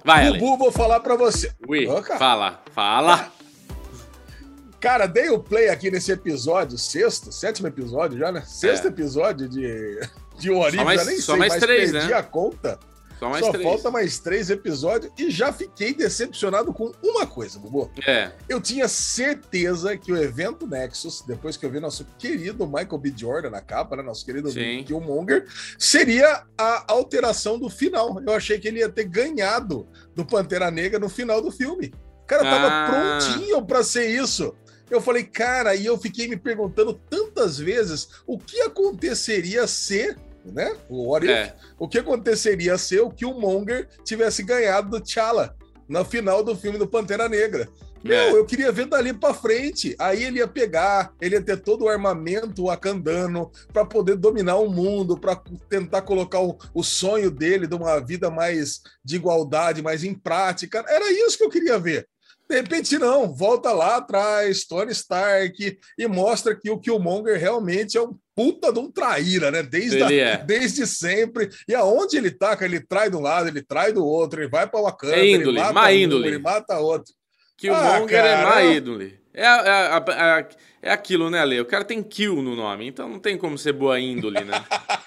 Vai, Ale. Bubu, vou falar pra você. Ui, Ô, cara. fala. Cara, dei o play aqui nesse episódio, sétimo episódio já, né? Sexto episódio de What If, já nem só sei, mais mas três, perdi né? a conta. Só Falta mais 3 episódios e já fiquei decepcionado com uma coisa, Bubu. Eu tinha certeza que o evento Nexus, depois que eu vi nosso querido Michael B. Jordan na capa, né, nosso querido Killmonger, seria a alteração do final. Eu achei que ele ia ter ganhado do Pantera Negra no final do filme. O cara tava prontinho pra ser isso. Eu falei, cara, e eu fiquei me perguntando tantas vezes o que aconteceria se... né? O que aconteceria se o Killmonger tivesse ganhado do T'Challa no final do filme do Pantera Negra? Eu queria ver dali pra frente. Aí ele ia pegar, ele ia ter todo o armamento wakandano para poder dominar o mundo, para tentar colocar o sonho dele de uma vida mais de igualdade, mais em prática. Era isso que eu queria ver. De repente, não, volta lá atrás, Tony Stark, e mostra que o Killmonger realmente é um puta de um traíra, né? Desde sempre. E aonde ele taca, ele trai de um lado, ele trai do outro, ele vai pra Wakanda, ele mata má índole. Ele mata outro. Killmonger é má índole. É aquilo, né, Ale? O cara tem kill no nome, então não tem como ser boa índole, né?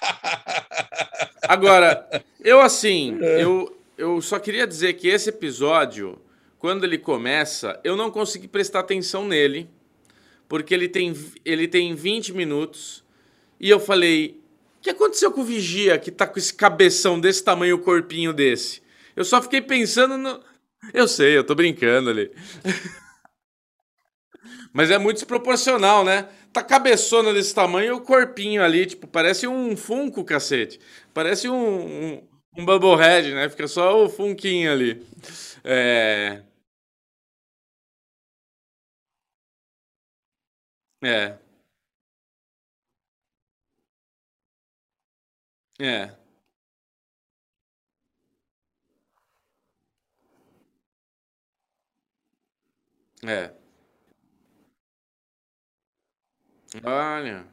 Agora, eu só queria dizer que esse episódio... Quando ele começa, eu não consegui prestar atenção nele, porque ele tem 20 minutos, e eu falei, o que aconteceu com o Vigia, que tá com esse cabeção desse tamanho, o corpinho desse? Eu só fiquei pensando no... Eu sei, eu tô brincando ali. Mas é muito desproporcional, né? Tá cabeçona desse tamanho e o corpinho ali, tipo, parece um Funko, cacete. Parece um Bubblehead, né? Fica só o Funkinho ali. É... É. É. É. Olha.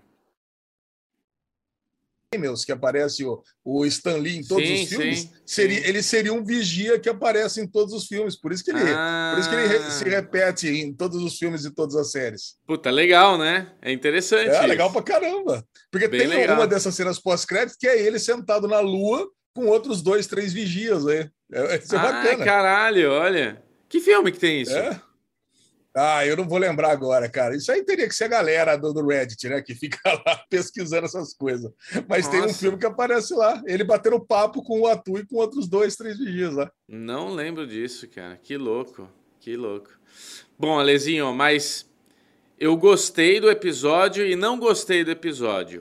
Meus, que aparece o Stan Lee em todos os filmes, sim. Ele seria um vigia que aparece em todos os filmes. Por isso que ele se repete em todos os filmes e todas as séries. Puta, legal, né? É interessante. É legal pra caramba. Porque Bem tem legal. uma dessas cenas pós-créditos que é ele sentado na lua com outros 2, 3 vigias. Isso é bacana. Caralho, olha. Que filme que tem isso? Eu não vou lembrar agora, cara. Isso aí teria que ser a galera do Reddit, né? Que fica lá pesquisando essas coisas. Mas tem um filme que aparece lá. Ele batendo papo com o Atu e com outros 2, 3 vigias lá. Não lembro disso, cara. Que louco. Bom, Alezinho, mas eu gostei do episódio e não gostei do episódio.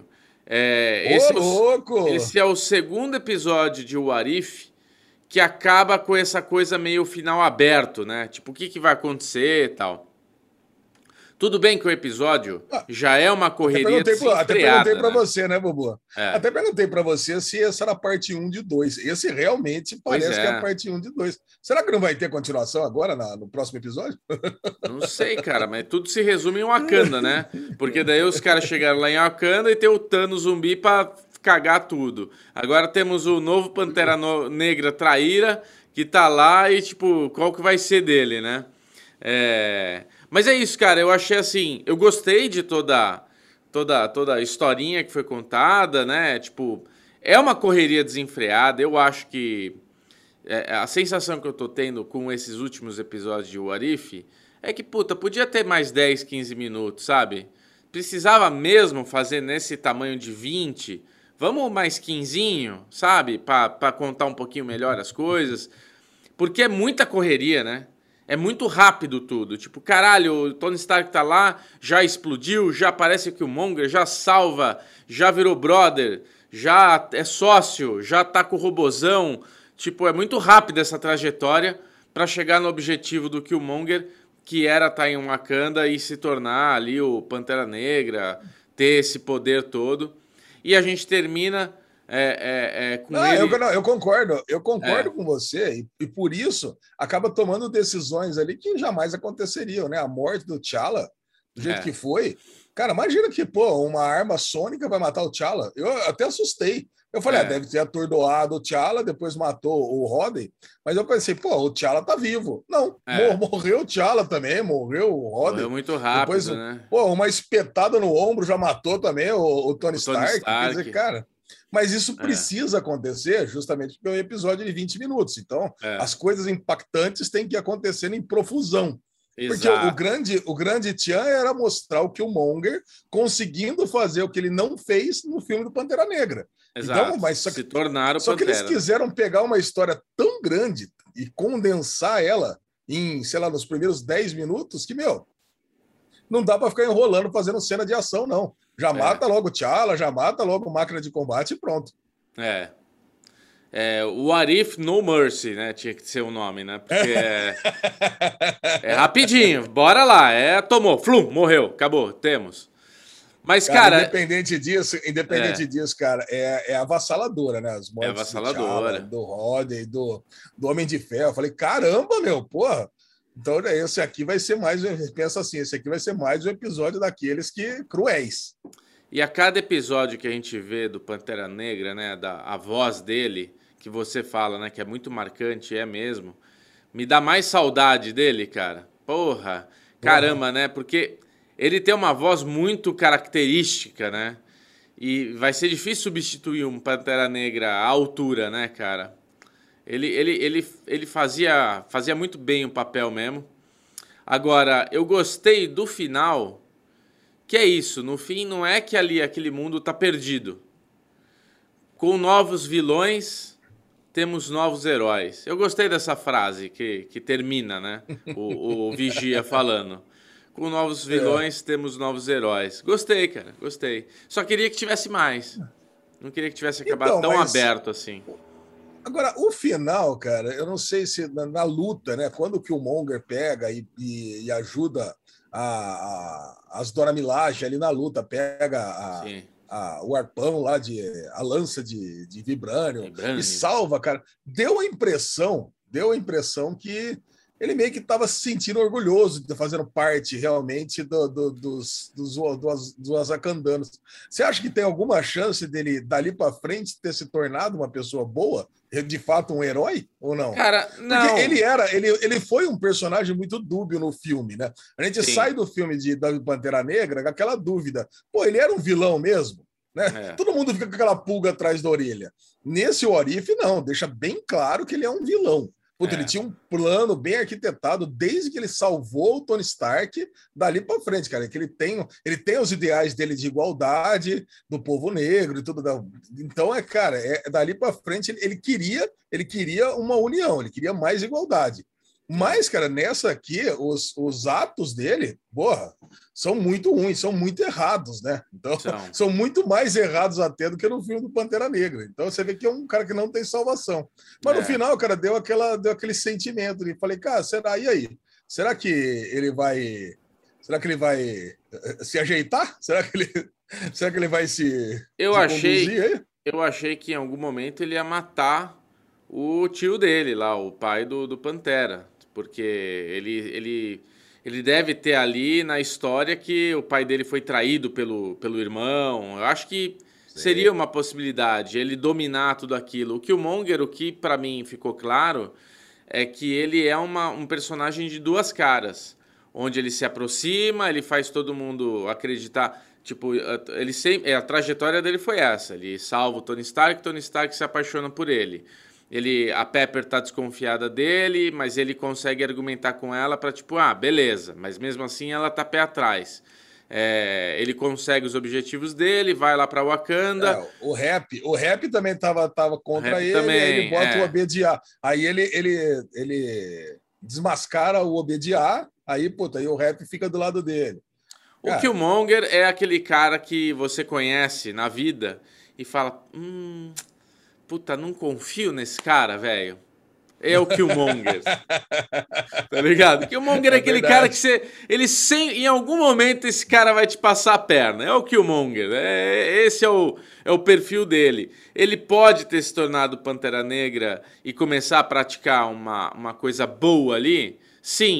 Louco! Esse é o segundo episódio de What If que acaba com essa coisa meio final aberto, né? Tipo, o que vai acontecer e tal. Tudo bem que o episódio já é uma correria desenfreada. Até perguntei pra você, né, Bubu? É. Até perguntei pra você se essa era a parte 1 de 2. Esse realmente parece que é a parte 1 de 2. Será que não vai ter continuação agora no próximo episódio? Não sei, cara, mas tudo se resume em Wakanda, né? Porque daí os caras chegaram lá em Wakanda e tem o Thanos zumbi pra cagar tudo. Agora temos o novo Pantera Negra traíra que tá lá e, tipo, qual que vai ser dele, né? Mas é isso, cara, eu achei assim, eu gostei de toda a historinha que foi contada, né? Tipo, é uma correria desenfreada, eu acho que a sensação que eu tô tendo com esses últimos episódios de What If é que, puta, podia ter mais 10, 15 minutos, sabe? Precisava mesmo fazer nesse tamanho de 20, vamos mais 15, sabe? Pra contar um pouquinho melhor as coisas, porque é muita correria, né? É muito rápido tudo. Tipo, caralho, o Tony Stark tá lá, já explodiu, já aparece que o Killmonger, já salva, já virou brother, já é sócio, já tá com o robozão. Tipo, é muito rápida essa trajetória pra chegar no objetivo do Killmonger, que era estar em Wakanda e se tornar ali o Pantera Negra, ter esse poder todo. E a gente termina... Eu concordo com você e por isso acaba tomando decisões ali que jamais aconteceriam, né? A morte do T'Challa, do jeito que foi, Cara, imagina que, pô, uma arma sônica vai matar o T'Challa. Eu até assustei. Eu falei, deve ter atordoado o T'Challa, depois matou o Rodney. Mas eu pensei, pô, o T'Challa tá vivo. Não, morreu o T'Challa também, morreu o Rodney. Morreu muito rápido, depois, né? Pô, uma espetada no ombro já matou também o Tony Stark. Quer dizer, cara... Mas isso precisa acontecer justamente porque é um episódio de 20 minutos. Então, as coisas impactantes têm que acontecer em profusão. Porque o grande tchan era mostrar o Killmonger conseguindo fazer o que ele não fez no filme do Pantera Negra. Exato. Então, mas se tornaram só Pantera. Que eles quiseram pegar uma história tão grande e condensar ela em, sei lá, nos primeiros 10 minutos que, não dá para ficar enrolando fazendo cena de ação, não. Já mata logo o T'Challa, já mata logo máquina de combate e pronto. O What If No Mercy, né? Tinha que ser o nome, né? Porque é rapidinho. Bora lá. Tomou. Flum, morreu. Acabou. Temos. Mas, cara... Independente disso, cara, é avassaladora, né? As mortes avassaladora. Do Rodney, do Homem de Ferro. Eu falei, caramba, porra. Então, esse aqui vai ser mais... Pensa assim, esse aqui vai ser mais um episódio daqueles que cruéis. E a cada episódio que a gente vê do Pantera Negra, né, a voz dele, que você fala, né, que é muito marcante, é mesmo, me dá mais saudade dele, cara. Porra, caramba, né, porque ele tem uma voz muito característica, né, e vai ser difícil substituir um Pantera Negra à altura, né, cara. Ele fazia muito bem o papel mesmo. Agora, eu gostei do final... Que é isso, no fim não é que ali aquele mundo tá perdido. Com novos vilões, temos novos heróis. Eu gostei dessa frase que termina, né? O Vigia falando. Com novos vilões, temos novos heróis. Gostei, cara, gostei. Só queria que tivesse mais. Não queria que tivesse acabado tão aberto assim. Agora, o final, cara, eu não sei se na luta, né? Quando o Killmonger pega e ajuda... as Dora Milaje ali na luta, pega o arpão lá, a lança de vibrânio e salva, cara. Deu a impressão que ele meio que estava se sentindo orgulhoso de fazendo parte realmente dos Wakandanos. Você acha que tem alguma chance dele, dali para frente, ter se tornado uma pessoa boa? De fato um herói ou não? Cara, não. Porque ele foi um personagem muito dúbio no filme, né? A gente sai do filme da Pantera Negra com aquela dúvida. Pô, ele era um vilão mesmo? Né? Todo mundo fica com aquela pulga atrás da orelha. Nesse What If, não. Deixa bem claro que ele é um vilão. Puta, ele tinha um plano bem arquitetado desde que ele salvou o Tony Stark dali para frente, cara. Que ele tem os ideais dele de igualdade do povo negro e tudo. Então, cara, dali para frente ele queria uma união, ele queria mais igualdade. Mas, cara, nessa aqui, os atos dele, porra, são muito ruins, são muito errados, né? Então, são muito mais errados até do que no filme do Pantera Negra. Então, você vê que é um cara que não tem salvação. Mas no final, cara, deu aquele sentimento. E falei, cara, e aí? Será que ele vai se ajeitar? Será que ele vai se conduzir aí? Eu achei que em algum momento ele ia matar o tio dele lá, o pai do Pantera. Porque ele deve ter ali na história que o pai dele foi traído pelo irmão. Eu acho que seria uma possibilidade, ele dominar tudo aquilo. O Killmonger, o que para mim ficou claro, é que ele é um personagem de duas caras. Onde ele se aproxima, ele faz todo mundo acreditar... Tipo, a trajetória dele foi essa. Ele salva o Tony Stark se apaixona por ele. A Pepper tá desconfiada dele, mas ele consegue argumentar com ela para tipo, beleza, mas mesmo assim ela tá pé atrás. Ele consegue os objetivos dele, vai lá para Wakanda. O rap também tava contra ele, também, aí ele bota o Obediah. Aí ele desmascara o Obediah, aí o rap fica do lado dele. O Killmonger é aquele cara que você conhece na vida e fala... Puta, não confio nesse cara, velho. É o Killmonger. Tá ligado? Killmonger é aquele cara que em algum momento esse cara vai te passar a perna. É o Killmonger. Esse é o perfil dele. Ele pode ter se tornado Pantera Negra e começar a praticar uma coisa boa ali? Sim.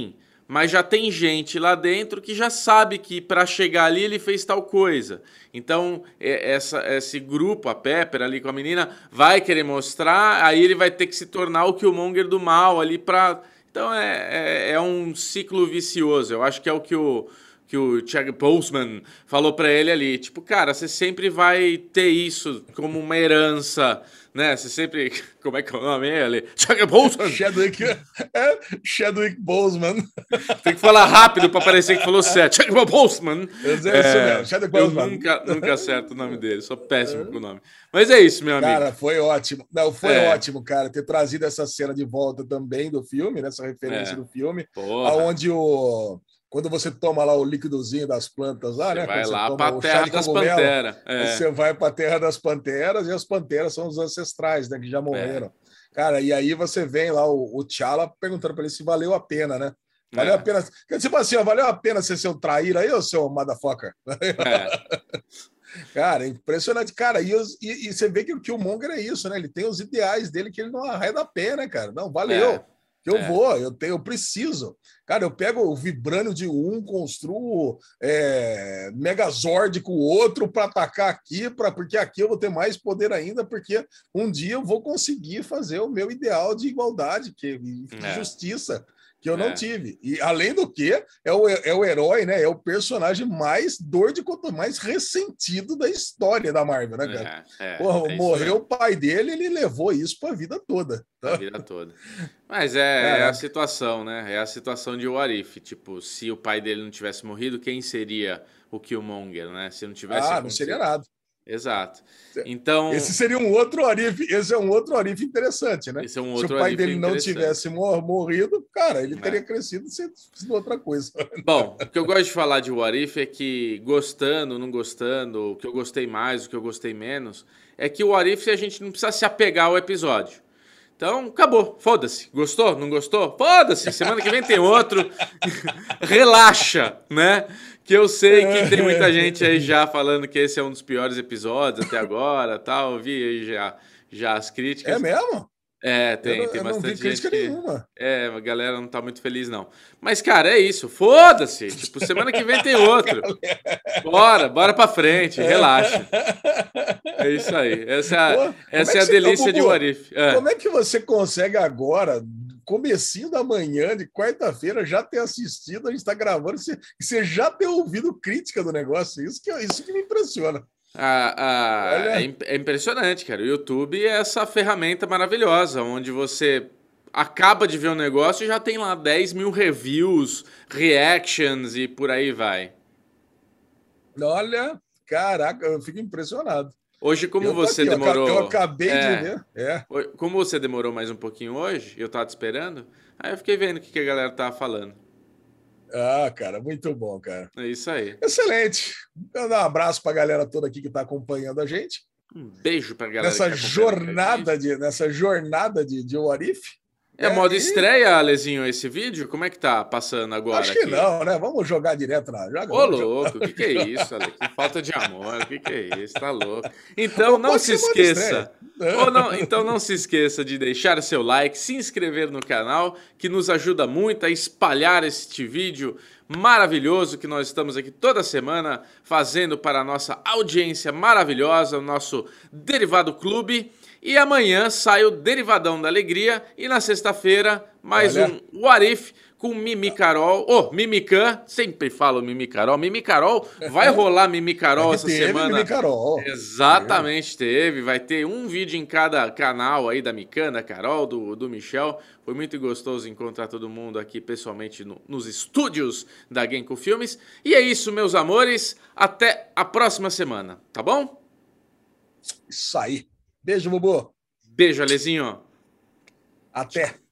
mas já tem gente lá dentro que já sabe que para chegar ali ele fez tal coisa. Então, esse grupo, a Pepper ali com a menina, vai querer mostrar, aí ele vai ter que se tornar o Killmonger do mal ali pra... Então, é um ciclo vicioso. Eu acho que é o que o Chadwick Boseman falou pra ele ali. Tipo, cara, você sempre vai ter isso como uma herança, né? Você sempre... Como é que é o nome ali? Chadwick Boseman! Chadwick Boseman. Tem que falar rápido pra parecer que falou certo. Chadwick Boseman! É isso mesmo, Chadwick Boseman. Eu nunca acerto o nome dele. Sou péssimo com o nome. Mas é isso, meu amigo. Cara, foi ótimo. Não, foi ótimo, cara, ter trazido essa cena de volta também do filme, né? Essa referência do filme. Onde quando você toma lá o líquidozinho das plantas lá, você né? vai quando lá você para a Terra das Panteras. Você vai para a Terra das Panteras e as Panteras são os ancestrais, né? Que já morreram. Cara, e aí você vem lá o T'Challa perguntando para ele se valeu a pena, né? Valeu a pena. Tipo assim, ó, valeu a pena ser seu traíra aí, ô seu motherfucker? Cara, impressionante. Cara, e você vê que o Killmonger é isso, né? Ele tem os ideais dele que ele não arreda a pé, né, cara? Não, valeu. Eu vou, eu preciso. Cara, eu pego o Vibranium de um, construo Megazord com o outro para atacar aqui, porque aqui eu vou ter mais poder ainda, porque um dia eu vou conseguir fazer o meu ideal de igualdade, de justiça, que eu não tive. E, além do que, é o herói, né? É o personagem mais mais ressentido da história da Marvel, né, cara? Porra, morreu o pai dele, ele levou isso para a vida toda. A vida toda. Mas é a situação, né? É a situação de What If. Tipo, se o pai dele não tivesse morrido, quem seria o Killmonger, né? Se não tivesse não seria nada. Exato. Então... Esse seria um outro Arif. Esse é um outro Arif interessante, né? Esse é um outro Se o pai dele não tivesse morrido, cara, ele teria crescido sendo outra coisa. Bom, o que eu gosto de falar de What If é que, gostando, não gostando, o que eu gostei mais, o que eu gostei menos, é que o What If a gente não precisa se apegar ao episódio. Então, acabou. Foda-se. Gostou? Não gostou? Foda-se. Semana que vem tem outro. Relaxa, né? Que eu sei que tem muita gente aí já falando que esse é um dos piores episódios até agora, tal. Eu vi aí já as críticas. É mesmo? Tem eu bastante não vi crítica gente nenhuma. A galera não tá muito feliz, não. Mas, cara, é isso. Foda-se. Tipo, semana que vem tem outro. Bora pra frente. Relaxa. É isso aí. Essa é a delícia de What If. Como é que você consegue agora, comecinho da manhã de quarta-feira, já ter assistido, a gente tá gravando, você já ter ouvido crítica do negócio? Isso que me impressiona. É impressionante, cara. O YouTube é essa ferramenta maravilhosa, onde você acaba de ver um negócio e já tem lá 10 mil reviews, reactions e por aí vai. Olha, caraca, eu fico impressionado. Hoje, como você demorou... Eu acabei de ver. Como você demorou mais um pouquinho hoje, eu tava te esperando, aí eu fiquei vendo o que a galera tava falando. Cara, muito bom, cara. É isso aí. Excelente. Eu dar um abraço pra galera toda aqui que tá acompanhando a gente. Um beijo pra galera nessa jornada de What If. É modo estreia, Alezinho, esse vídeo? Como é que tá passando agora? Acho que aqui? Não, né? Vamos jogar direto na... Ô, louco, o que é isso, Ale? Que falta de amor, o que é isso? Tá louco. Então não se esqueça... Então não se esqueça de deixar seu like, se inscrever no canal, que nos ajuda muito a espalhar este vídeo maravilhoso que nós estamos aqui toda semana fazendo para a nossa audiência maravilhosa, o nosso Derivado Clube. E amanhã sai o Derivadão da Alegria. E na sexta-feira, mais um What If com Mimi Carol. Mimi Can, sempre falo Mimi Carol. Mimi Carol, vai rolar Mimi Carol essa semana. Mimi Carol. Exatamente, teve. Vai ter um vídeo em cada canal aí da Mikan, da Carol, do Michel. Foi muito gostoso encontrar todo mundo aqui pessoalmente nos estúdios da Genko Filmes. E é isso, meus amores. Até a próxima semana, tá bom? Isso aí. Beijo, Bubu. Beijo, Alezinho. Até.